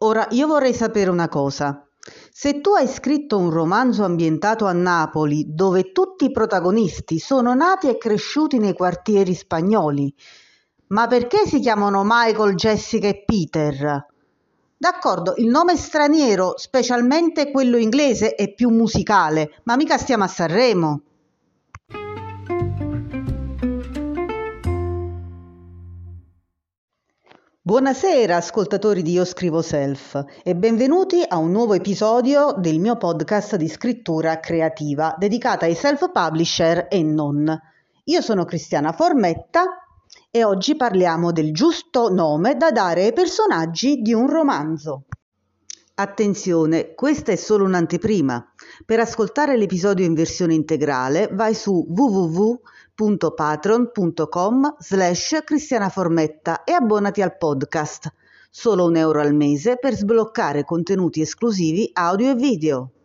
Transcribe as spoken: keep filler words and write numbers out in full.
Ora, io vorrei sapere una cosa. Se tu hai scritto un romanzo ambientato a Napoli, dove tutti i protagonisti sono nati e cresciuti nei quartieri spagnoli, ma perché si chiamano Michael, Jessica e Peter? D'accordo, il nome straniero, specialmente quello inglese, è più musicale, ma mica stiamo a Sanremo. Buonasera ascoltatori di Io Scrivo Self e benvenuti a un nuovo episodio del mio podcast di scrittura creativa dedicata ai self-publisher e non. Io sono Cristiana Formetta e oggi parliamo del giusto nome da dare ai personaggi di un romanzo. Attenzione, questa è solo un'anteprima. Per ascoltare l'episodio in versione integrale vai su w w w punto patreon punto com slash Cristiana Formetta e abbonati al podcast. Solo un euro al mese per sbloccare contenuti esclusivi audio e video.